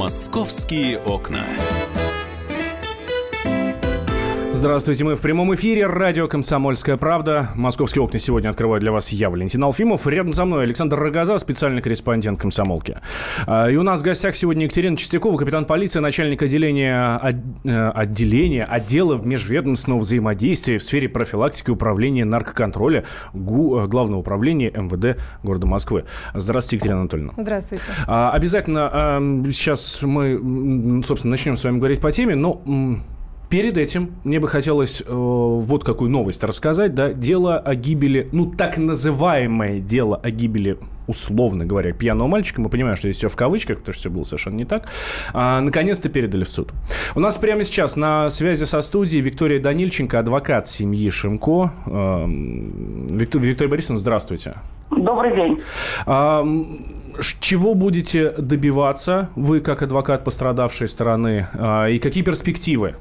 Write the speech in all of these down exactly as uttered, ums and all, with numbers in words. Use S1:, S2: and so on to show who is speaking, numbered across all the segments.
S1: «Московские окна».
S2: Здравствуйте, мы в прямом эфире. Радио «Комсомольская правда». «Московские окна» сегодня открываю для вас я, Валентин Алфимов. Рядом со мной Александр Рогоза, специальный корреспондент «Комсомолки». И у нас в гостях сегодня Екатерина Чистякова, капитан полиции, начальник отделения, отделения отдела межведомственного взаимодействия в сфере профилактики и управления наркоконтроля ГУ, Главного управления эм вэ дэ города Москвы. Здравствуйте, Екатерина Анатольевна.
S3: Здравствуйте.
S2: Обязательно сейчас мы, собственно, начнем с вами говорить по теме, но... Перед этим мне бы хотелось э, вот какую новость рассказать. Да? Дело о гибели, ну, так называемое дело о гибели, условно говоря, пьяного мальчика. Мы понимаем, что здесь все в кавычках, потому что все было совершенно не так. А, наконец-то передали в суд. У нас прямо сейчас на связи со студией Виктория Данильченко, адвокат семьи Шимко. Э, Виктор, Виктория Борисовна, здравствуйте.
S4: Добрый день.
S2: А, чего будете добиваться вы, как адвокат пострадавшей стороны, а, и какие перспективы?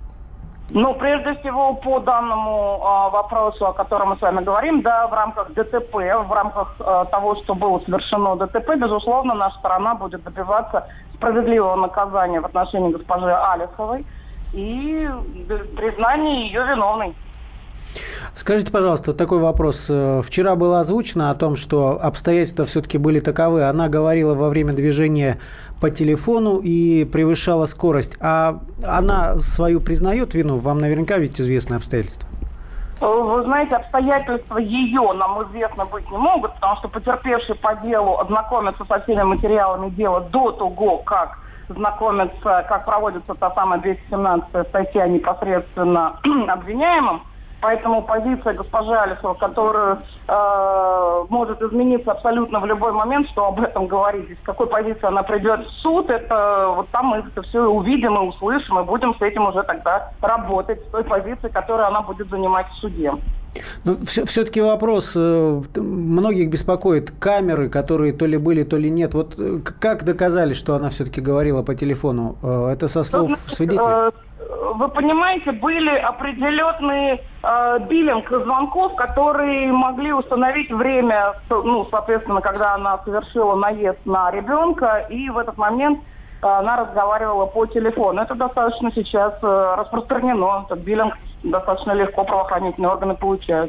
S4: Ну, прежде всего, по данному э, вопросу, о котором мы с вами говорим, да, в рамках ДТП, в рамках э, того, что было совершено ДТП, безусловно, наша сторона будет добиваться справедливого наказания в отношении госпожи Алисовой и признания ее виновной.
S3: Скажите, пожалуйста, вот такой вопрос. Вчера было озвучено о том, что обстоятельства все-таки были таковы. Она говорила во время движения по телефону и превышала скорость. А она свою признает вину? Вам наверняка ведь известны обстоятельства.
S4: Вы знаете, обстоятельства ее нам известно быть не могут, потому что потерпевший по делу ознакомится со всеми материалами дела до того, как знакомится, как проводится та самая двести семнадцатая статья непосредственно обвиняемым. Поэтому позиция госпожи Алисовой, которая э, может измениться абсолютно в любой момент, что об этом говорить, с какой позиции она придет в суд, это вот там мы это все увидим и услышим, и будем с этим уже тогда работать, с той позиции, которую она будет занимать в суде.
S3: Ну, все, все-таки вопрос, многих беспокоит камеры, которые то ли были, то ли нет. Вот как доказали, что она все-таки говорила по телефону? Это со слов свидетелей?
S4: Вы понимаете, были определенные э, биллинг звонков, которые могли установить время, ну, соответственно, когда она совершила наезд на ребенка, и в этот момент э, она разговаривала по телефону. Это достаточно сейчас э, распространено, этот биллинг достаточно легко правоохранительные органы получают.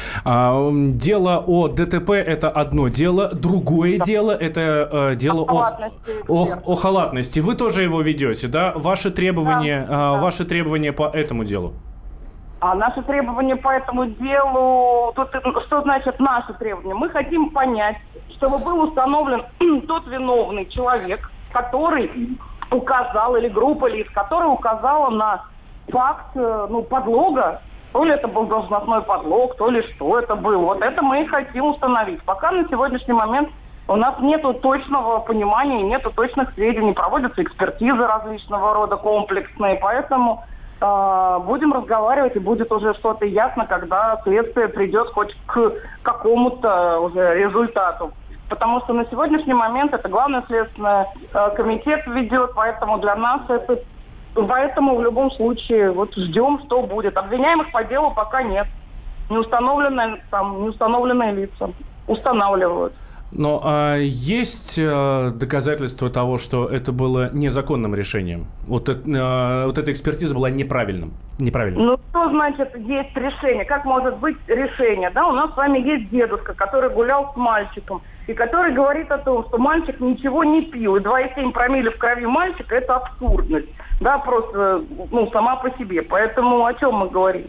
S2: А, дело о ДТП – это одно дело, другое да. дело – это э, дело о, о, о халатности. Вы тоже его ведете, да? Ваши требования, да, э, да. ваши требования по этому делу?
S4: А наши требования по этому делу, тут, что значит наши требования? Мы хотим понять, чтобы был установлен тот виновный человек, который указал, или группа лиц, которая указала на факт, ну, подлога. То ли это был должностной подлог, то ли что это было. Вот это мы и хотим установить. Пока на сегодняшний момент у нас нет точного понимания, нет точных сведений. Проводятся экспертизы различного рода, комплексные. Поэтому э, будем разговаривать, и будет уже что-то ясно, когда следствие придет хоть к какому-то уже результату. Потому что на сегодняшний момент это Главный следственный э, комитет ведет, поэтому для нас это... Поэтому в любом случае вот ждем, что будет. Обвиняемых по делу пока нет. Не установленные, там, не установленные лица. Устанавливают.
S2: Но а есть а, доказательства того, что это было незаконным решением? Вот, а, вот эта экспертиза была неправильным? неправильным?
S4: Ну, что значит есть решение? Как может быть решение? Да, у нас с вами есть дедушка, который гулял с мальчиком, и который говорит о том, что мальчик ничего не пил. И два и семь промилле в крови мальчика – это абсурдность. Да, просто, ну, сама по себе. Поэтому о чем мы говорим?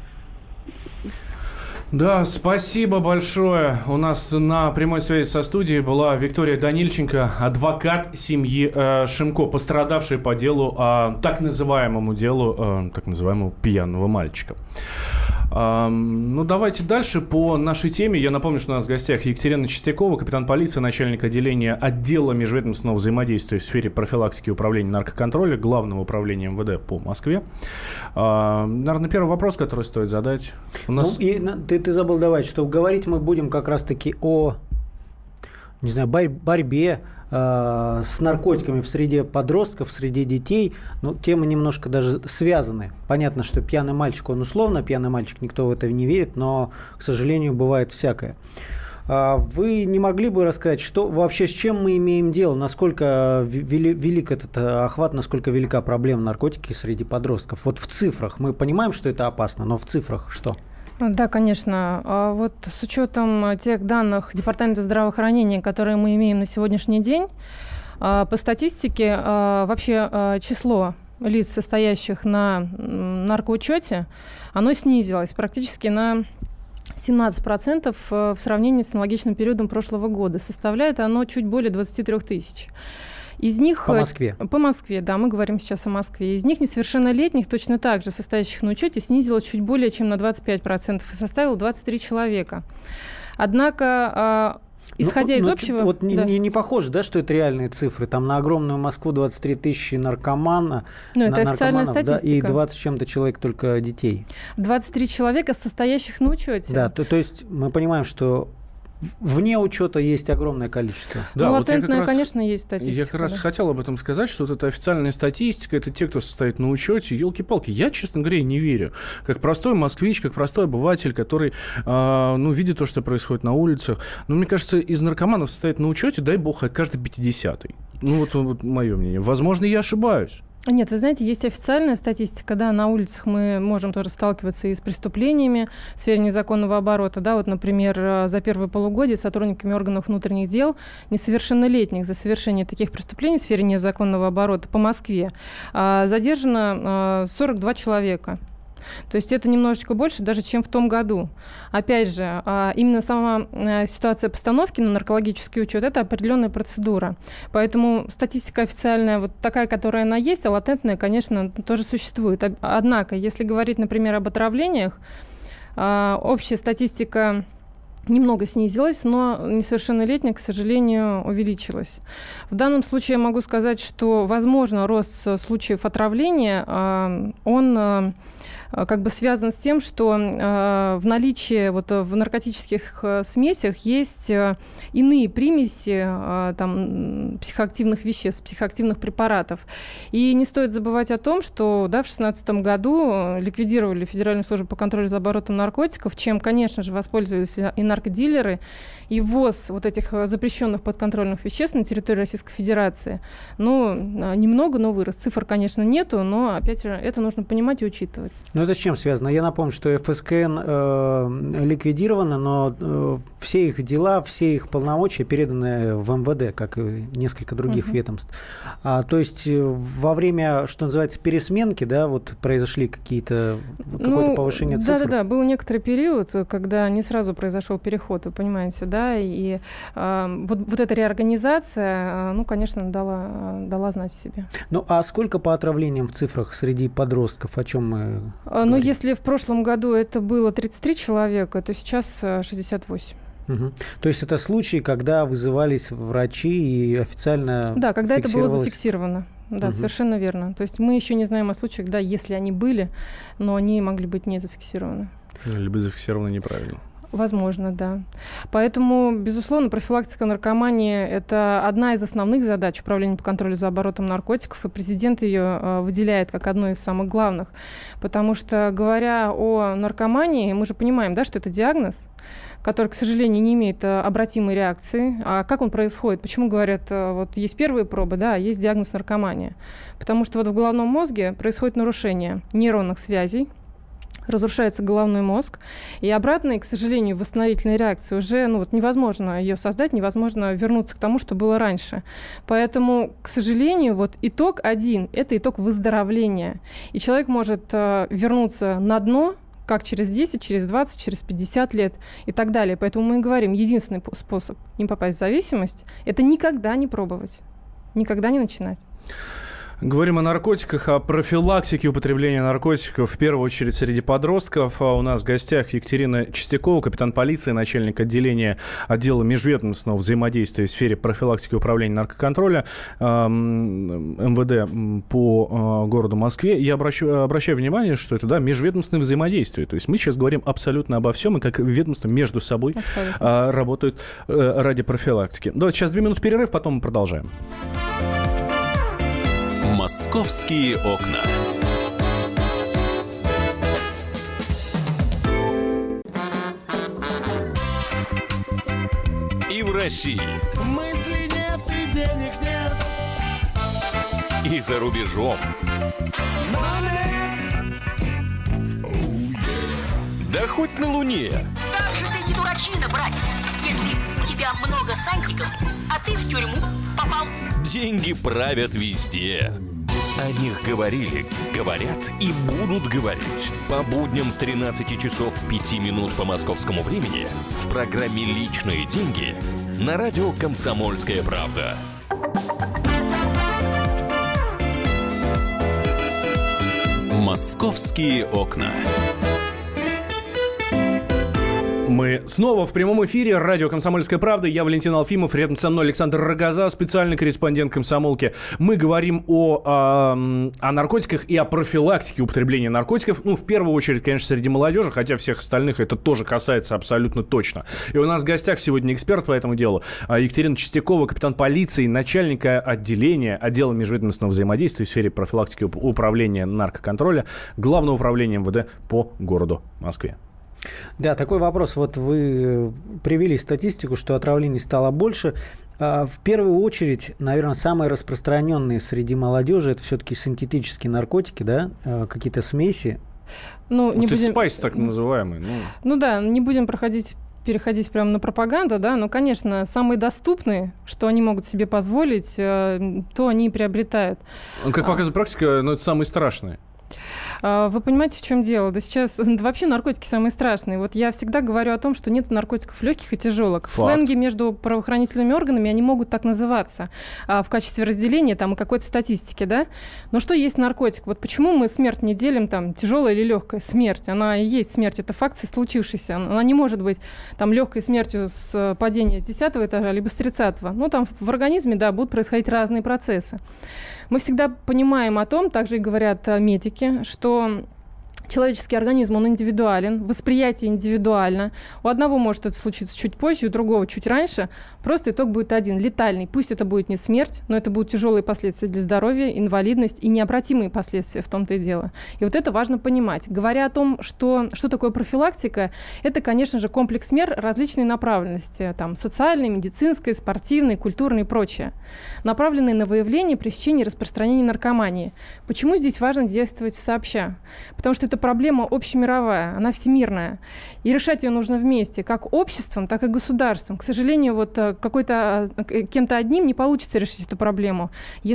S2: Да, спасибо большое. У нас на прямой связи со студией была Виктория Данильченко, адвокат семьи э, Шимко, пострадавшая по делу, э, так называемому делу, э, так называемого пьяного мальчика. Э, ну, давайте дальше по нашей теме. Я напомню, что у нас в гостях Екатерина Чистякова, капитан полиции, начальник отделения отдела межведомственного взаимодействия в сфере профилактики и управления наркоконтроля Главного управления эм вэ дэ по Москве. Э, наверное, первый вопрос, который стоит задать. У нас...
S3: Ну, и, ты Ты забыл давать, что говорить мы будем как раз-таки о, не знаю, борьбе э, с наркотиками в среде подростков, в среде детей. Ну, темы немножко даже связаны. Понятно, что пьяный мальчик, он условно пьяный мальчик, никто в это не верит, но, к сожалению, бывает всякое. Вы не могли бы рассказать, что вообще с чем мы имеем дело, насколько велик этот охват, насколько велика проблема наркотики среди подростков? Вот в цифрах мы понимаем, что это опасно, но в цифрах что?
S1: Да, конечно. Вот с учетом тех данных Департамента здравоохранения, которые мы имеем на сегодняшний день, по статистике вообще число лиц, состоящих на наркоучете, оно снизилось практически на семнадцать процентов в сравнении с аналогичным периодом прошлого года. Составляет оно чуть более двадцать три тысячи. Из них,
S3: по Москве?
S1: По Москве, да, мы говорим сейчас о Москве. Из них несовершеннолетних, точно так же состоящих на учете, снизилось чуть более чем на двадцать пять процентов и составило двадцать три человека. Однако, исходя
S3: ну,
S1: из
S3: ну,
S1: общего...
S3: Вот не,
S1: да.
S3: не, не похоже, да, что это реальные цифры? Там на огромную Москву двадцать три тысячи наркомана,
S1: ну, это официальная
S3: статистика. Да, и двадцать с чем-то человек только детей.
S1: двадцать три человека, состоящих на учете.
S3: Да, то, то есть мы понимаем, что вне учета есть огромное количество.
S2: Да,
S1: ну,
S2: вот
S1: латентная,
S2: раз,
S1: конечно, есть статистика.
S2: Я как раз
S1: да.
S2: хотел об этом сказать, что вот эта официальная статистика, это те, кто состоит на учете, елки-палки. Я, честно говоря, не верю. Как простой москвич, как простой обыватель, который, э, ну, видит то, что происходит на улицах. Но мне кажется, из наркоманов состоит на учете, дай бог, каждый пятидесятый. Ну, вот, вот мое мнение. Возможно, я ошибаюсь.
S1: Нет, вы знаете, есть официальная статистика, да, на улицах мы можем тоже сталкиваться и с преступлениями в сфере незаконного оборота, да, вот, например, за первое полугодие сотрудниками органов внутренних дел несовершеннолетних за совершение таких преступлений в сфере незаконного оборота по Москве задержано сорок два человека. То есть это немножечко больше даже, чем в том году. Опять же, именно сама ситуация постановки на наркологический учет – это определенная процедура. Поэтому статистика официальная, вот такая, которая она есть, а латентная, конечно, тоже существует. Однако, если говорить, например, об отравлениях, общая статистика немного снизилась, но несовершеннолетняя, к сожалению, увеличилась. В данном случае я могу сказать, что, возможно, рост случаев отравления, он как бы связан с тем, что э, в наличии вот, в наркотических э, смесях есть э, иные примеси э, там, психоактивных веществ, психоактивных препаратов. И не стоит забывать о том, что да, в две тысячи шестнадцатом году ликвидировали Федеральную службу по контролю за оборотом наркотиков, чем, конечно же, воспользовались и наркодилеры, и ввоз вот этих запрещенных подконтрольных веществ на территории Российской Федерации. Ну, немного, но вырос. Цифр, конечно, нету, но, опять же, это нужно понимать и учитывать.
S3: Ну, это с чем связано? Я напомню, что эф эс ка эн э, ликвидировано, но э, все их дела, все их полномочия переданы в эм вэ дэ, как и несколько других uh-huh. ведомств. А, то есть во время, что называется, пересменки, да, вот произошли какие-то, какое-то
S1: ну,
S3: повышение цифр?
S1: Да-да-да, был некоторый период, когда не сразу произошел переход, вы понимаете, да, и э, вот, вот эта реорганизация, э, ну, конечно, дала, дала знать себе.
S3: Ну, а сколько по отравлениям в цифрах среди подростков, о чем мы
S1: Ну, говорим? Если в прошлом году это было тридцать три человека, то сейчас шестьдесят восемь.
S3: Угу. То есть это случаи, когда вызывались врачи и официально
S1: Да, когда это было зафиксировано. Да, угу. Совершенно верно. То есть мы еще не знаем о случаях, да, если они были, но они могли быть не зафиксированы.
S2: Либо зафиксированы неправильно.
S1: Возможно, да. Поэтому, безусловно, профилактика наркомании – это одна из основных задач Управления по контролю за оборотом наркотиков, и президент ее э, выделяет как одну из самых главных. Потому что, говоря о наркомании, мы же понимаем, да, что это диагноз, который, к сожалению, не имеет э, обратимой реакции. А как он происходит? Почему говорят, э, вот есть первые пробы, да, а есть диагноз наркомания? Потому что вот в головном мозге происходит нарушение нейронных связей, разрушается головной мозг, и обратной, к сожалению, восстановительной реакции уже ну, вот невозможно ее создать, невозможно вернуться к тому, что было раньше. Поэтому, к сожалению, вот итог один – это итог выздоровления. И человек может э, вернуться на дно, как через десять, через двадцать, через пятьдесят лет и так далее. Поэтому мы и говорим, единственный способ не попасть в зависимость – это никогда не пробовать, никогда не начинать.
S2: Говорим о наркотиках, о профилактике употребления наркотиков, в первую очередь среди подростков. А у нас в гостях Екатерина Чистякова, капитан полиции, начальник отделения отдела межведомственного взаимодействия в сфере профилактики и управления наркоконтроля эм вэ дэ по городу Москве. Я обращаю, обращаю внимание, что это да, межведомственное взаимодействие. То есть мы сейчас говорим абсолютно обо всем, и как ведомства между собой а, работают а, ради профилактики. Давайте сейчас две минуты перерыв, потом мы продолжаем.
S5: «Московские окна». и в России.
S6: Мысли нет и денег нет.
S5: И за рубежом. Да хоть на Луне.
S7: Как же ты не дурачина, братец, если у тебя много сантиков, а ты в тюрьму попал.
S5: Деньги правят везде. О них говорили, говорят и будут говорить. По будням с тринадцати часов пяти минут по московскому времени в программе «Личные деньги» на радио «Комсомольская правда». «Московские окна».
S2: Мы снова в прямом эфире. Радио «Комсомольская правда». Я Валентин Алфимов. Рядом со мной Александр Рогоза, специальный корреспондент «Комсомолки». Мы говорим о, о, о наркотиках и о профилактике употребления наркотиков. Ну, в первую очередь, конечно, среди молодежи, хотя всех остальных это тоже касается абсолютно точно. И у нас в гостях сегодня эксперт по этому делу. Екатерина Чистякова, капитан полиции, начальника отделения отдела межведомственного взаимодействия в сфере профилактики управления наркоконтроля Главного управления эм вэ дэ по городу Москве.
S3: Да, такой вопрос. Вот вы привели статистику, что отравлений стало больше. В первую очередь, наверное, самые распространенные среди молодежи это все-таки синтетические наркотики, да, какие-то смеси.
S1: Ну, не
S2: вот
S1: будем...
S2: спайс так называемый. Ну.
S1: ну да, не будем проходить... переходить прямо на пропаганду, да, но, конечно, самые доступные, что они могут себе позволить, то они и приобретают.
S2: Как показывает практика, ну, это самые страшные.
S1: Вы понимаете, в чем дело? Да сейчас да вообще наркотики самые страшные. Вот я всегда говорю о том, что нет наркотиков легких и тяжелых. В сленге между правоохранительными органами они могут так называться а, в качестве разделения там, и какой-то статистики, да? Но что есть наркотик? Вот почему мы смерть не делим там тяжелая или легкая? Смерть, она и есть смерть, это факт случившийся. Она не может быть там легкой смертью с падения с десятого этажа, либо с тридцатого. Ну, там в организме, да, будут происходить разные процессы. Мы всегда понимаем о том, также и говорят медики, что человеческий организм, он индивидуален, восприятие индивидуально. У одного может это случиться чуть позже, у другого чуть раньше. Просто итог будет один, летальный. Пусть это будет не смерть, но это будут тяжелые последствия для здоровья, инвалидность и необратимые последствия, в том-то и дело. И вот это важно понимать. Говоря о том, что, что такое профилактика, это, конечно же, комплекс мер различной направленности. Там, социальной, медицинской, спортивной, культурной и прочее. Направленные на выявление, пресечение и распространение наркомании. Почему здесь важно действовать сообща? Потому что это проблема общемировая, она всемирная. И решать ее нужно вместе, как обществом, так и государством. К сожалению, вот какой-то, кем-то одним не получится решить эту проблему,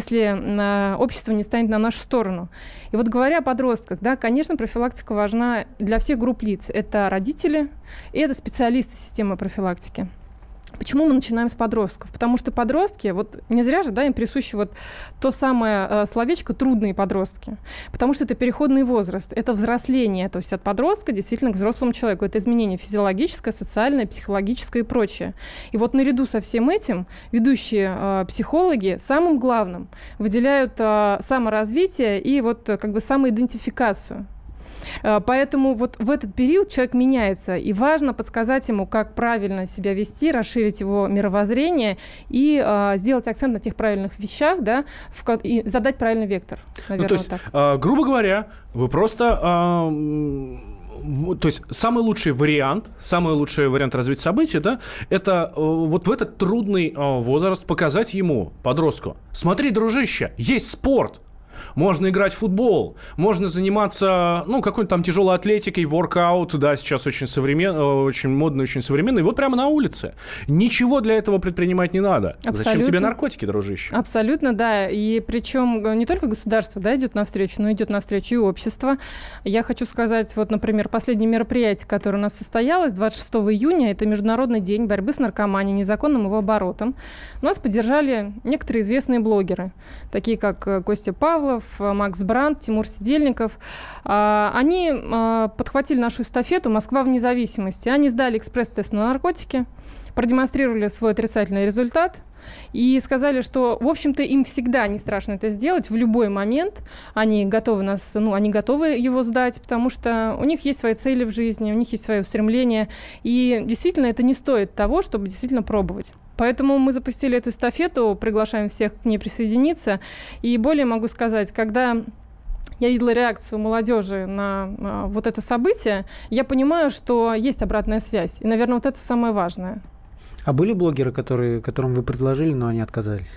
S1: если общество не станет на нашу сторону. И вот говоря о подростках, да, конечно, профилактика важна для всех групп лиц. Это родители и это специалисты системы профилактики. Почему мы начинаем с подростков? Потому что подростки, вот не зря же, да, им присуще вот то самое э, словечко «трудные подростки». Потому что это переходный возраст, это взросление, то есть от подростка действительно к взрослому человеку. Это изменение физиологическое, социальное, психологическое и прочее. И вот наряду со всем этим ведущие э, психологи самым главным выделяют э, саморазвитие и вот э, как бы самоидентификацию. Поэтому вот в этот период человек меняется, и важно подсказать ему, как правильно себя вести, расширить его мировоззрение и э, сделать акцент на тех правильных вещах, да, в, и задать правильный вектор, наверное,
S2: ну, то есть,
S1: так.
S2: Э, грубо говоря, вы просто... Э, то есть самый лучший вариант, самый лучший вариант развития событий, да, это э, вот в этот трудный э, возраст показать ему, подростку: смотри, дружище, есть спорт. Можно играть в футбол, можно заниматься, ну, какой-то там тяжелой атлетикой, воркаут, да, сейчас очень современный, очень модный, очень современный, вот прямо на улице. Ничего для этого предпринимать не надо. Абсолютно. Зачем тебе наркотики, дружище?
S1: Абсолютно, да, и причем не только государство, да, идет навстречу, но идет навстречу и общество. Я хочу сказать, вот, например, последнее мероприятие, которое у нас состоялось двадцать шестого июня, это Международный день борьбы с наркоманией, незаконным его оборотом. Нас поддержали некоторые известные блогеры, такие как Костя Павлов, Макс Брандт, Тимур Сидельников. Они подхватили нашу эстафету «Москва в независимости». Они сдали экспресс-тест на наркотики, продемонстрировали свой отрицательный результат и сказали, что, в общем-то, им всегда не страшно это сделать. В любой момент они готовы, нас, ну, они готовы его сдать, потому что у них есть свои цели в жизни, у них есть свои устремления. И действительно это не стоит того, чтобы действительно пробовать. Поэтому мы запустили эту эстафету, приглашаем всех к ней присоединиться. И более могу сказать, когда я видела реакцию молодежи на, на вот это событие, я понимаю, что есть обратная связь. И, наверное, вот это самое важное.
S3: А были блогеры, которые, которым вы предложили, но они отказались?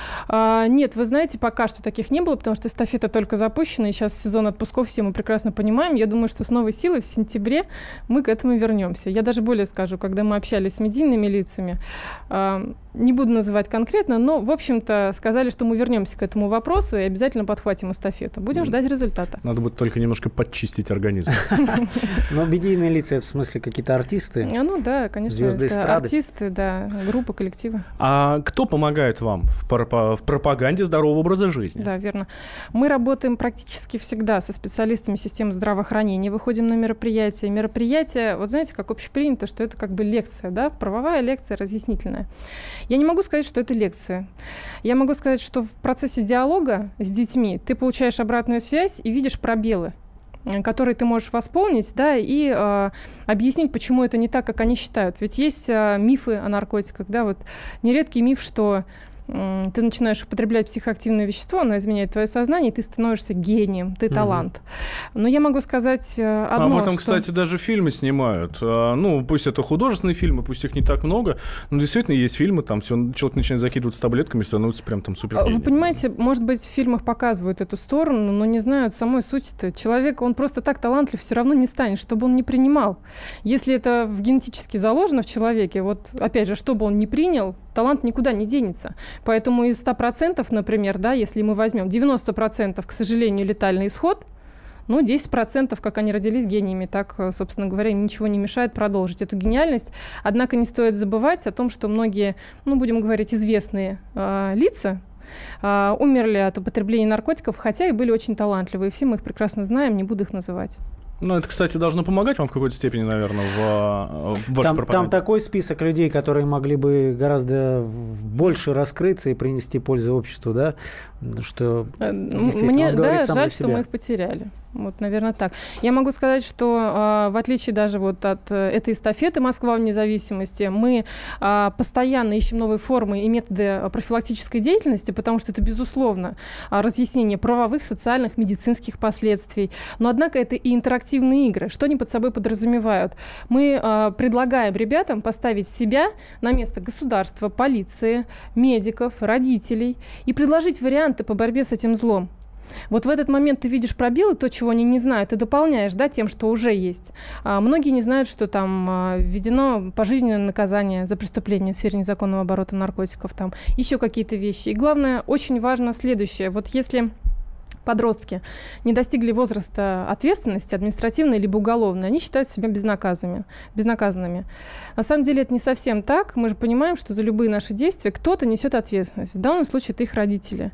S1: А, нет, вы знаете, пока что таких не было, потому что эстафета только запущена, и сейчас сезон отпусков, все мы прекрасно понимаем. Я думаю, что с новой силой в сентябре мы к этому вернемся. Я даже более скажу, когда мы общались с медийными лицами, а, не буду называть конкретно, но, в общем-то, сказали, что мы вернемся к этому вопросу и обязательно подхватим эстафету. Будем ждать результата.
S2: Надо будет только немножко подчистить организм.
S3: Но медийные лица, это в смысле какие-то артисты?
S1: Ну да, конечно,
S3: звезды эстрады?
S1: Артисты, да, группы, коллективы.
S2: А кто помогает вам в, пропа- в пропаганде здорового образа жизни?
S1: Да, верно. Мы работаем практически всегда со специалистами системы здравоохранения, выходим на мероприятия. Мероприятия, вот знаете, как общепринято, что это как бы лекция, да, правовая лекция, разъяснительная. Я не могу сказать, что это лекция. Я могу сказать, что в процессе диалога с детьми ты получаешь обратную связь и видишь пробелы, которые ты можешь восполнить, да, и э, объяснить, почему это не так, как они считают. Ведь есть э, мифы о наркотиках, да, вот нередкий миф, что э, ты начинаешь употреблять психоактивное вещество, оно изменяет твое сознание, и ты становишься гением, ты талант. Угу. Но я могу сказать э, одно,
S2: Об этом,
S1: что...
S2: кстати, даже фильмы снимают. А, ну, пусть это художественные фильмы, пусть их не так много, но действительно есть фильмы, там все, человек начинает закидываться таблетками, становится прям там супер гением.
S1: Вы понимаете, может быть, в фильмах показывают эту сторону, но не знают самой сути-то. Человек, он просто так талантлив все равно не станет, чтобы он не принимал. Если это в генетически заложено в человеке, вот опять же, чтобы он не принял, талант никуда не денется. Поэтому из ста процентов, например, да, если мы возьмем девяносто процентов, к сожалению, летальный исход, ну, десять процентов, как они родились гениями, так, собственно говоря, ничего не мешает продолжить эту гениальность. Однако не стоит забывать о том, что многие, ну, будем говорить, известные э, лица э, умерли от употребления наркотиков, хотя и были очень талантливые. Все мы их прекрасно знаем, не буду их называть.
S2: Ну, это, кстати, должно помогать вам в какой-то степени, наверное, в, в вашей
S3: там,
S2: пропаганде.
S3: Там такой список людей, которые могли бы гораздо больше раскрыться и принести пользу обществу, да? Что
S1: мне, да, жаль, что мы их потеряли. Вот, наверное, так. Я могу сказать, что э, в отличие даже вот от э, этой эстафеты «Москва в независимости», мы э, постоянно ищем новые формы и методы профилактической деятельности, потому что это, безусловно, э, разъяснение правовых, социальных, медицинских последствий. Но, однако, это и интерактивные игры. Что они под собой подразумевают? Мы э, предлагаем ребятам поставить себя на место государства, полиции, медиков, родителей и предложить варианты по борьбе с этим злом. Вот в этот момент ты видишь пробелы, то, чего они не знают, ты дополняешь, да, тем, что уже есть. А многие не знают, что там а, введено пожизненное наказание за преступление в сфере незаконного оборота наркотиков, там еще какие-то вещи. И главное, очень важно следующее. Вот если подростки не достигли возраста ответственности, административной либо уголовной, они считают себя безнаказанными, безнаказанными. На самом деле это не совсем так. Мы же понимаем, что за любые наши действия кто-то несет ответственность. В данном случае это их родители.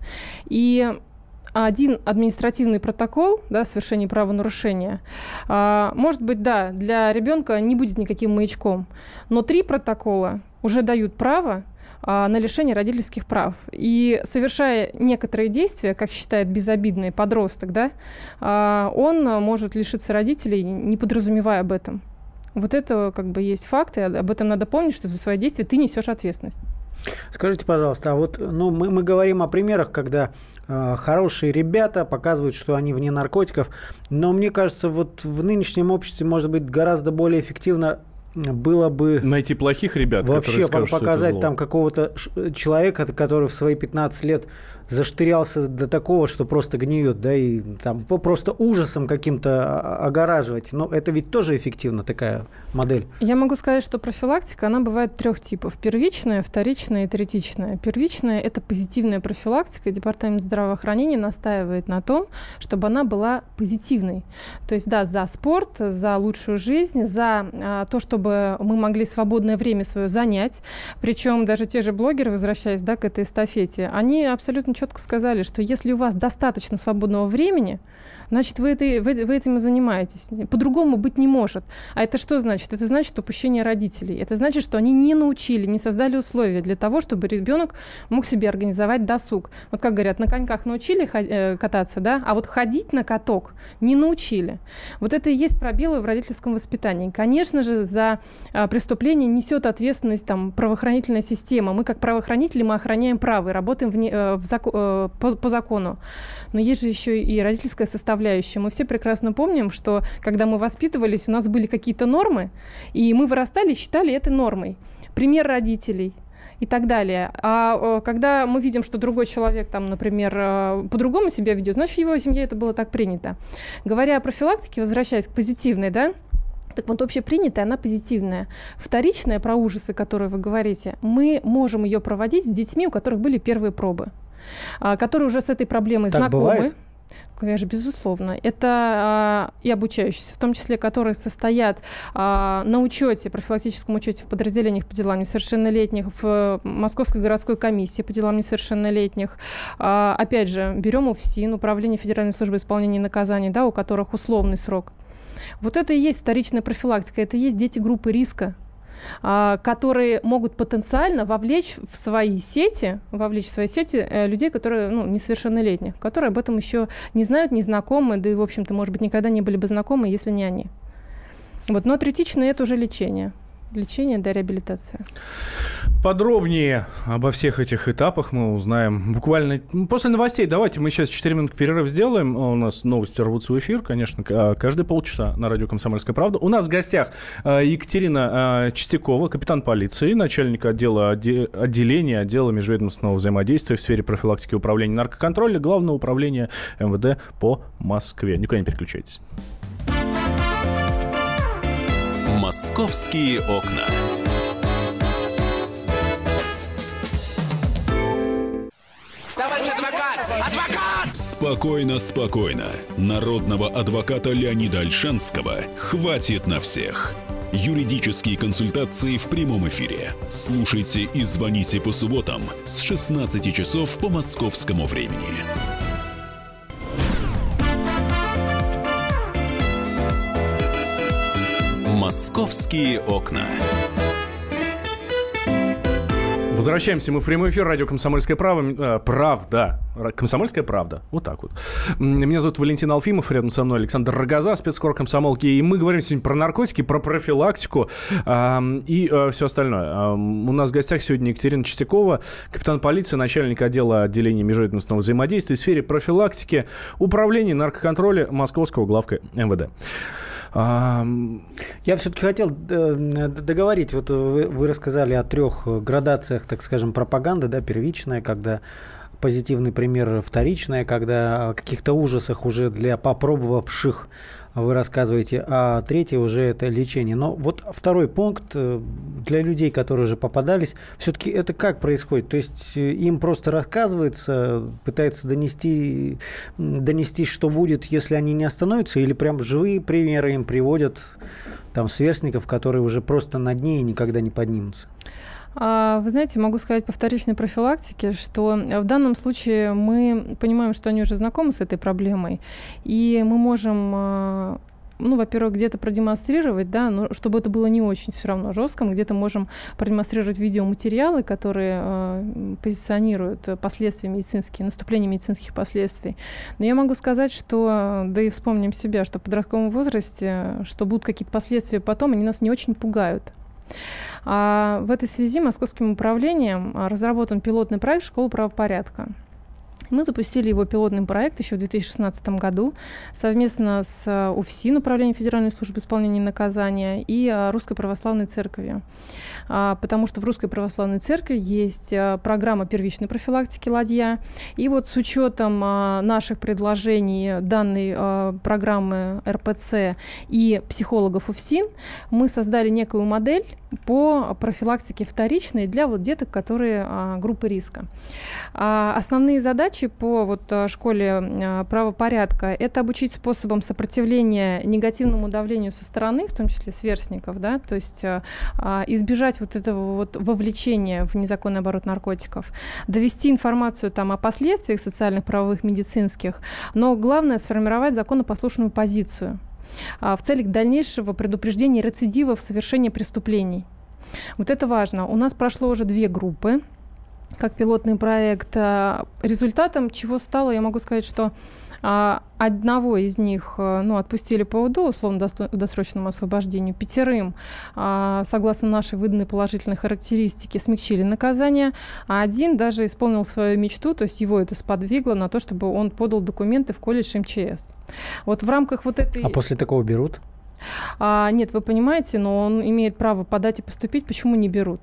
S1: И один административный протокол, да, совершения правонарушения, а, может быть, да, для ребенка не будет никаким маячком, но три протокола уже дают право а, на лишение родительских прав. И совершая некоторые действия, как считает безобидный подросток, да, а, он может лишиться родителей, не подразумевая об этом. Вот это как бы есть факты, об этом надо помнить, что за свои действия ты несешь ответственность.
S3: Скажите, пожалуйста, а вот ну, мы, мы говорим о примерах, когда э, хорошие ребята показывают, что они вне наркотиков, но мне кажется, вот в нынешнем обществе, может быть, гораздо более эффективно было бы
S2: найти плохих ребят,
S3: вообще
S2: которые скажут,
S3: показать
S2: что это зло.
S3: Там какого-то человека, который в свои пятнадцать лет заштырялся до такого, что просто гниет, да, и там просто ужасом каким-то огораживать. Но это ведь тоже эффективно, такая модель.
S1: Я могу сказать, что профилактика, она бывает трех типов. Первичная, вторичная и третичная. Первичная – это позитивная профилактика, и Департамент здравоохранения настаивает на том, чтобы она была позитивной. То есть, да, за спорт, за лучшую жизнь, за а, то, чтобы мы могли свободное время свое занять. Причем даже те же блогеры, возвращаясь, да, к этой эстафете, они абсолютно четко сказали, что если у вас достаточно свободного времени, значит, вы, это, вы, вы этим и занимаетесь. По-другому быть не может. А это что значит? Это значит упущение родителей. Это значит, что они не научили, не создали условия для того, чтобы ребенок мог себе организовать досуг. Вот как говорят, на коньках научили кататься, да, а вот ходить на каток не научили. Вот это и есть пробелы в родительском воспитании. Конечно же, за преступление несет ответственность там, правоохранительная система. Мы, как правоохранители, мы охраняем право и работаем вне, в зако, по, по закону. Но есть же еще и родительская составляющая. Мы все прекрасно помним, что когда мы воспитывались, у нас были какие-то нормы, и мы вырастали и считали это нормой. пример родителей и так далее. А когда мы видим, что другой человек, там, например, по-другому себя ведет, значит, в его семье это было так принято. Говоря о профилактике, возвращаясь к позитивной, да, так вот, общепринятая, она позитивная. Вторичная, про ужасы, которые вы говорите, мы можем ее проводить с детьми, у которых были первые пробы, которые уже с этой проблемой так знакомы. Бывает? Конечно, безусловно. Это а, и обучающиеся, в том числе, которые состоят а, на учете, профилактическом учете в подразделениях по делам несовершеннолетних, в Московской городской комиссии по делам несовершеннолетних. А, опять же, берем УФСИН, Управление Федеральной службы исполнения наказаний, да, у которых условный срок. Вот это и есть вторичная профилактика, это и есть дети группы риска, которые могут потенциально вовлечь в свои сети, вовлечь в свои сети людей, которые, ну, несовершеннолетних, которые об этом еще не знают, не знакомы, да и, в общем-то, может быть, никогда не были бы знакомы, если не они. Вот. Но третичное – это уже лечение. Лечение, да, реабилитация.
S2: Подробнее обо всех этих этапах мы узнаем буквально после новостей. Давайте мы сейчас четыре минутки перерыв сделаем. У нас новости рвутся в эфир, конечно, каждые полчаса на радио «Комсомольская правда». У нас в гостях Екатерина Чистякова, капитан полиции, начальник отдела отделения отдела межведомственного взаимодействия в сфере профилактики и управления наркоконтроля Главного управления эм вэ дэ по Москве. Никуда не переключайтесь.
S5: «Московские окна».
S8: Товарищ адвокат! Адвокат!
S9: Спокойно, спокойно. Народного адвоката Леонида Ольшанского хватит на всех. Юридические консультации в прямом эфире. Слушайте и звоните по субботам с шестнадцати часов по московскому времени.
S5: «Московские окна».
S2: Возвращаемся мы в прямой эфир. Радио «Комсомольская правда». Правда. «Комсомольская правда». Вот так вот. Меня зовут Валентин Алфимов. Рядом со мной Александр Рогоза, спецкор комсомолки. И мы говорим сегодня про наркотики, про профилактику э, и э, все остальное. Э, у нас в гостях сегодня Екатерина Чистякова, капитан полиции, начальник отдела отделения межведомственного взаимодействия в сфере профилактики, управления наркоконтроля Московского главка эм вэ дэ.
S3: Я все-таки хотел договорить. Вот вы, вы рассказали о трех градациях, так скажем, пропаганды, да, первичная, когда позитивный пример, вторичная, когда о каких-то ужасах уже для попробовавших вы рассказываете, а третье уже это лечение. Но вот второй пункт для людей, которые уже попадались, все-таки это как происходит? То есть им просто рассказывается, пытается донести, донести, что будет, если они не остановятся, или прям живые примеры им приводят там сверстников, которые уже просто на дне и никогда не поднимутся?
S1: Вы знаете, могу сказать по вторичной профилактике, что в данном случае мы понимаем, что они уже знакомы с этой проблемой, и мы можем, ну, во-первых, где-то продемонстрировать, да, но чтобы это было не очень все равно жестко, мы где-то можем продемонстрировать видеоматериалы, которые э, позиционируют последствия медицинские, наступление медицинских последствий. Но я могу сказать, что, да и вспомним себя, что в подростковом возрасте, что будут какие-то последствия потом, они нас не очень пугают. А в этой связи Московским управлением разработан пилотный проект «Школа правопорядка». Мы запустили его пилотный проект еще в две тысячи шестнадцатом году совместно с УФСИН, Управлением Федеральной службы исполнения наказания, и Русской Православной Церковью. Потому что в Русской Православной Церкви есть программа первичной профилактики «Ладья». И вот с учетом наших предложений данной программы эр пэ цэ и психологов УФСИН мы создали некую модель по профилактике вторичной для вот деток, которые группы риска. Основные задачи по вот школе правопорядка – это обучить способам сопротивления негативному давлению со стороны, в том числе сверстников, да, то есть избежать вот этого вот вовлечения в незаконный оборот наркотиков, довести информацию там о последствиях социальных, правовых, медицинских, но главное – сформировать законопослушную позицию в целях дальнейшего предупреждения рецидивов совершения преступлений. Вот это важно. У нас прошло уже две группы как пилотный проект. Результатом чего стало, я могу сказать, что одного из них, ну, отпустили по УДО, условно-досрочному освобождению, пятерым, согласно нашей выданной положительной характеристике, смягчили наказание, а один даже исполнил свою мечту, то есть его это сподвигло на то, чтобы он подал документы в колледж эм че эс. Вот в рамках вот этой...
S3: А после такого берут?
S1: А, нет, вы понимаете, но он имеет право подать и поступить. Почему не берут?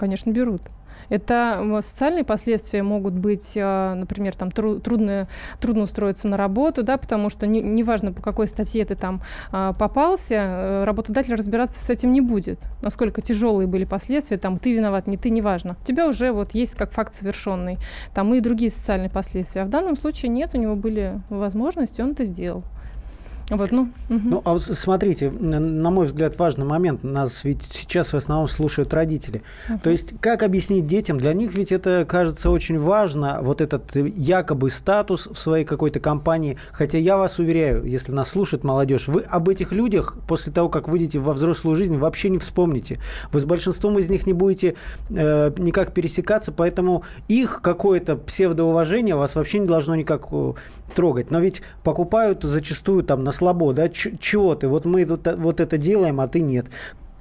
S1: Конечно, берут. Это социальные последствия могут быть, например, там, трудно, трудно устроиться на работу, да, потому что не, неважно, по какой статье ты там попался, работодатель разбираться с этим не будет. Насколько тяжелые были последствия, там, ты виноват, не ты, неважно. У тебя уже вот есть как факт совершенный. Там и другие социальные последствия. А в данном случае нет, у него были возможности, он это сделал. Вот, ну, угу.
S3: ну, а вот смотрите, на мой взгляд, важный момент. Нас ведь сейчас в основном слушают родители. Uh-huh. То есть, как объяснить детям? Для них ведь это кажется очень важно, вот этот якобы статус в своей какой-то компании. Хотя я вас уверяю, если нас слушает молодежь, вы об этих людях после того, как выйдете во взрослую жизнь, вообще не вспомните. Вы с большинством из них не будете э, никак пересекаться, поэтому их какое-то псевдоуважение вас вообще не должно никак трогать. Но ведь покупают зачастую там на слабо, да, Ч- чего ты, вот мы тут, вот это делаем, а ты нет.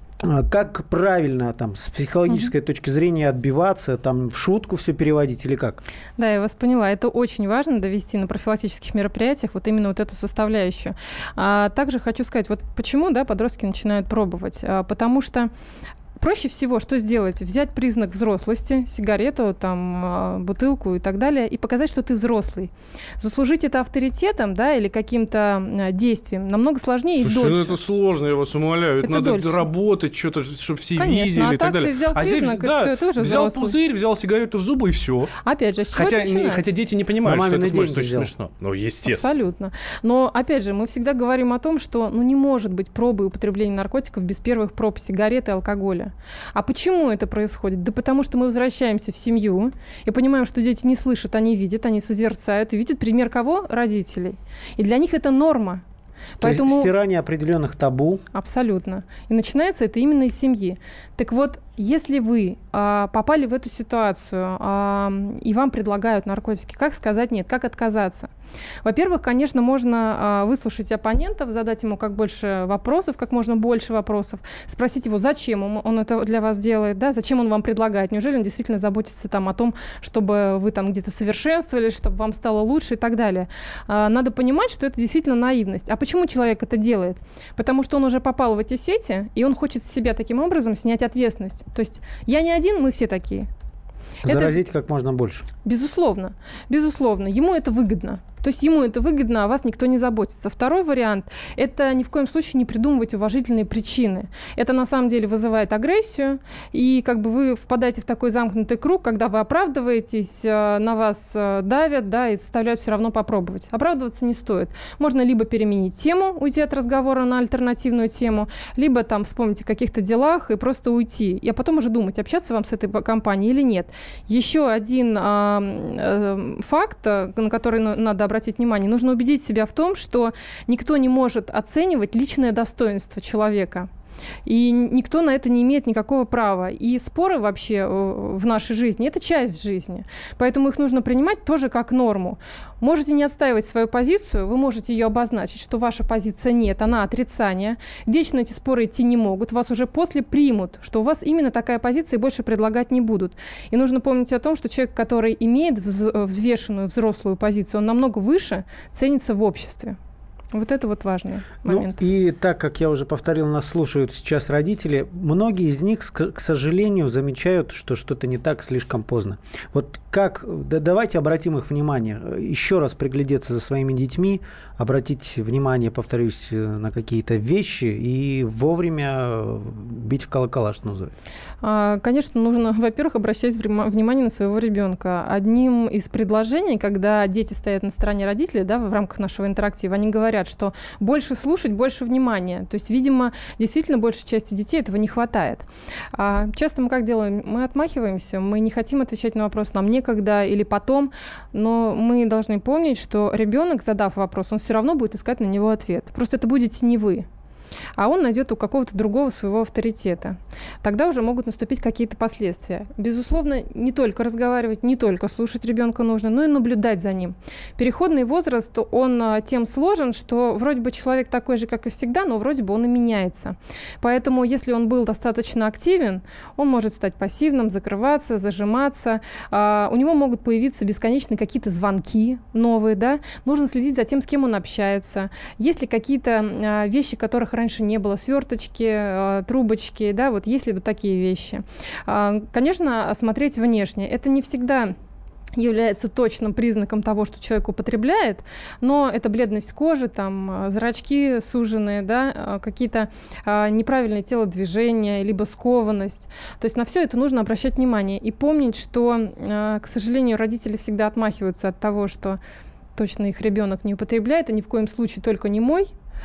S3: Как правильно там с психологической mm-hmm. точки зрения отбиваться, там в шутку все переводить или как?
S1: Да, я вас поняла. Это очень важно довести на профилактических мероприятиях вот именно вот эту составляющую. А также хочу сказать, вот почему, да, подростки начинают пробовать. А, потому что проще всего что сделать? Взять признак взрослости, сигарету, там, бутылку и так далее, и показать, что ты взрослый. Заслужить это авторитетом, да, или каким-то действием намного сложнее.
S2: Слушайте,
S1: и дольше.
S2: Ну это сложно, я вас умоляю. Это, это надо дольше. Работать, что-то, чтобы все
S1: Конечно,
S2: видели
S1: а
S2: и так, так далее.
S1: Ты взял
S2: а
S1: признак,
S2: здесь,
S1: и
S2: да,
S1: все, ты уже
S2: взял
S1: взрослый.
S2: пузырь, взял сигарету в зубы и все.
S1: Опять же, с чего
S2: хотя, не, хотя дети не понимают, что это смешно. смешно. Ну, естественно.
S1: Абсолютно. Но, опять же, мы всегда говорим о том, что ну, не может быть пробы и употребления наркотиков без первых проб сигареты и алкоголя. А почему это происходит? Да потому что мы возвращаемся в семью и понимаем, что дети не слышат, они видят, они созерцают и видят пример кого? Родителей. И для них это норма.
S3: То Поэтому... есть стирание определенных табу.
S1: Абсолютно. И начинается это именно из семьи. Так вот, если вы а, попали в эту ситуацию а, и вам предлагают наркотики, как сказать нет, как отказаться? Во-первых, конечно, можно а, выслушать оппонентов, задать ему как больше вопросов, как можно больше вопросов, спросить его, зачем он, он это для вас делает, да, зачем он вам предлагает, неужели он действительно заботится там, о том, чтобы вы там где-то совершенствовались, чтобы вам стало лучше и так далее. А, надо понимать, что это действительно наивность. А почему человек это делает? Потому что он уже попал в эти сети, и он хочет с себя таким образом снять ответственность. То есть я не один, мы все такие.
S3: Заразить
S1: это,
S3: как можно больше.
S1: Безусловно. Безусловно. Ему это выгодно. То есть ему это выгодно, а о вас никто не заботится. Второй вариант – это ни в коем случае не придумывать уважительные причины. Это на самом деле вызывает агрессию, и как бы вы впадаете в такой замкнутый круг, когда вы оправдываетесь, на вас давят, да, и заставляют все равно попробовать. Оправдываться не стоит. Можно либо переменить тему, уйти от разговора на альтернативную тему, либо там вспомнить о каких-то делах и просто уйти. И потом уже думать, общаться вам с этой компанией или нет. Еще один а, а, факт, на который надо обратить внимание, нужно убедить себя в том, что никто не может оценивать личное достоинство человека. И никто на это не имеет никакого права. И споры вообще в нашей жизни – это часть жизни. Поэтому их нужно принимать тоже как норму. Можете не отстаивать свою позицию, вы можете ее обозначить, что ваша позиция нет, она отрицание. Вечно эти споры идти не могут. Вас уже после примут, что у вас именно такая позиция и больше предлагать не будут. И нужно помнить о том, что человек, который имеет взвешенную взрослую позицию, он намного выше ценится в обществе. Вот это вот важный момент.
S3: Ну, и так как я уже повторил, нас слушают сейчас родители, многие из них, к сожалению, замечают, что что-то не так слишком поздно. Вот как, да, давайте обратим их внимание, еще раз приглядеться за своими детьми, обратить внимание, повторюсь, на какие-то вещи и вовремя бить в колокола, что называется.
S1: Конечно, нужно, во-первых, обращать внимание на своего ребенка. Одним из предложений, когда дети стоят на стороне родителей, да, в рамках нашего интерактива, они говорят, что больше слушать, больше внимания. То есть, видимо, действительно большей части детей этого не хватает. А часто мы как делаем? Мы отмахиваемся, мы не хотим отвечать на вопрос, нам некогда или потом, но мы должны помнить, что ребенок, задав вопрос, он все равно будет искать на него ответ. Просто это будете не вы. А он найдет у какого-то другого своего авторитета. Тогда уже могут наступить какие-то последствия. Безусловно, не только разговаривать, не только слушать ребенка нужно, но и наблюдать за ним. Переходный возраст, он тем сложен, что вроде бы человек такой же, как и всегда, но вроде бы он и меняется. Поэтому, если он был достаточно активен, он может стать пассивным, закрываться, зажиматься. У него могут появиться бесконечные какие-то звонки новые, да? Нужно следить за тем, с кем он общается. Есть ли какие-то вещи, которых раньше не было сверточки, трубочки, да, вот есть ли вот такие вещи. Конечно, осмотреть внешне. Это не всегда является точным признаком того, что человек употребляет, но это бледность кожи, там, зрачки суженные, да, какие-то а, неправильные телодвижения, либо скованность. То есть на все это нужно обращать внимание и помнить, что, а, к сожалению, родители всегда отмахиваются от того, что точно их ребенок не употребляет, и ни в коем случае только не мой.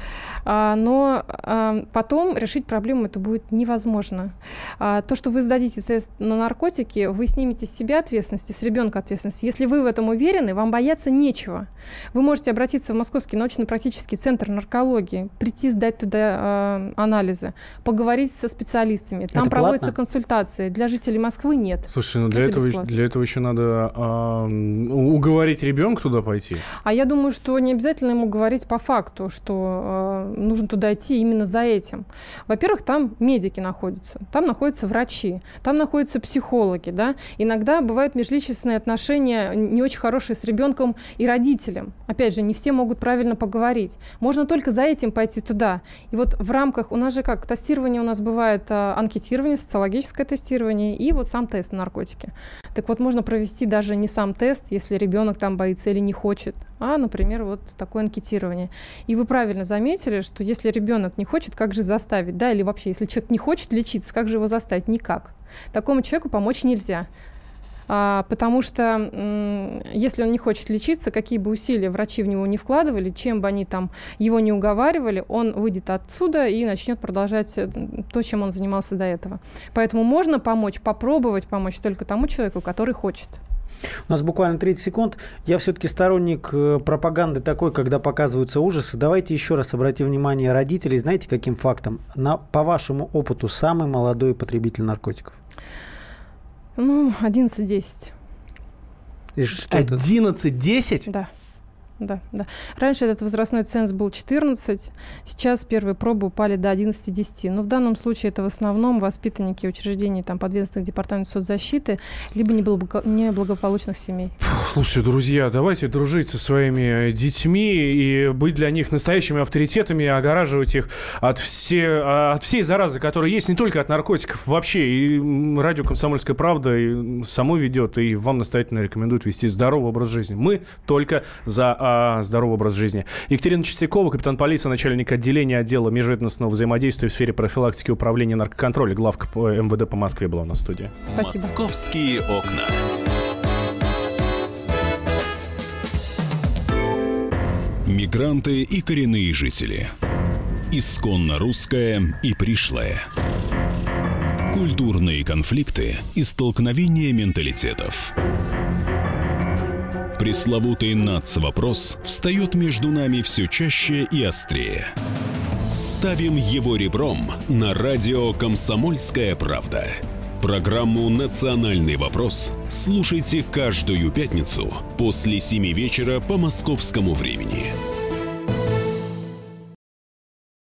S1: Но потом решить проблему это будет невозможно. То, что вы сдадите тест на наркотики, вы снимете с себя ответственность, с ребенка ответственность. Если вы в этом уверены, вам бояться нечего. Вы можете обратиться в Московский научно-практический центр наркологии, прийти сдать туда анализы, поговорить со специалистами. Там
S3: это
S1: проводятся
S3: платно?
S1: консультации. Для жителей Москвы нет.
S2: Слушай, ну для
S1: это
S2: этого,
S1: бесплатно.
S2: для этого еще надо а, уговорить ребенка туда пойти.
S1: А я думаю, что не обязательно ему говорить по факту, что э, нужно туда идти именно за этим. Во-первых, там медики находятся, там находятся врачи, там находятся психологи, да. Иногда бывают межличностные отношения не очень хорошие с ребенком и родителем. Опять же, не все могут правильно поговорить. Можно только за этим пойти туда. И вот в рамках, у нас же как, тестирование у нас бывает э, анкетирование, социологическое тестирование и вот сам тест на наркотики. Так вот, можно провести даже не сам тест, если ребенок там боится или не хочет, а, например, вот такое анкетирование. И вы правильно заметили, что если ребенок не хочет, как же заставить, да, или вообще, если человек не хочет лечиться, как же его заставить? Никак. Такому человеку помочь нельзя. А, потому что м, если он не хочет лечиться, какие бы усилия врачи в него не вкладывали, чем бы они там его не уговаривали, он выйдет отсюда и начнет продолжать то, чем он занимался до этого. Поэтому можно помочь, попробовать помочь только тому человеку, который хочет.
S3: У нас буквально тридцать секунд. Я все-таки сторонник пропаганды такой, когда показываются ужасы. Давайте еще раз обратим внимание родителей. Знаете, каким фактом? На, по вашему опыту, самый молодой потребитель наркотиков?
S1: Ну, одиннадцать-десять.
S2: одиннадцать-десять?
S1: Да. Да, да. Раньше этот возрастной ценз был четырнадцать, сейчас первые пробы упали до одиннадцать-десять. Но в данном случае это в основном воспитанники учреждений там, подведомственных департаментов соцзащиты, либо неблагополучных семей.
S2: Слушайте, друзья, давайте дружить со своими детьми и быть для них настоящими авторитетами, и огораживать их от, все, от всей заразы, которая есть не только от наркотиков, вообще. И радио «Комсомольская правда» и само ведет, и вам настоятельно рекомендуют вести здоровый образ жизни. Мы только за а, здоровый образ жизни. Екатерина Чистякова, капитан полиции, начальник отделения отдела межведомственного взаимодействия в сфере профилактики и управления наркоконтроля, главка эм вэ дэ по Москве была у нас в студии.
S1: Спасибо.
S5: Московские окна.
S9: Мигранты и коренные жители. Исконно русское и пришлое. Культурные конфликты и столкновения менталитетов. Пресловутый нацвопрос встает между нами все чаще и острее. Ставим его ребром на радио «Комсомольская правда». Программу «Национальный вопрос» слушайте каждую пятницу после семи вечера по московскому времени.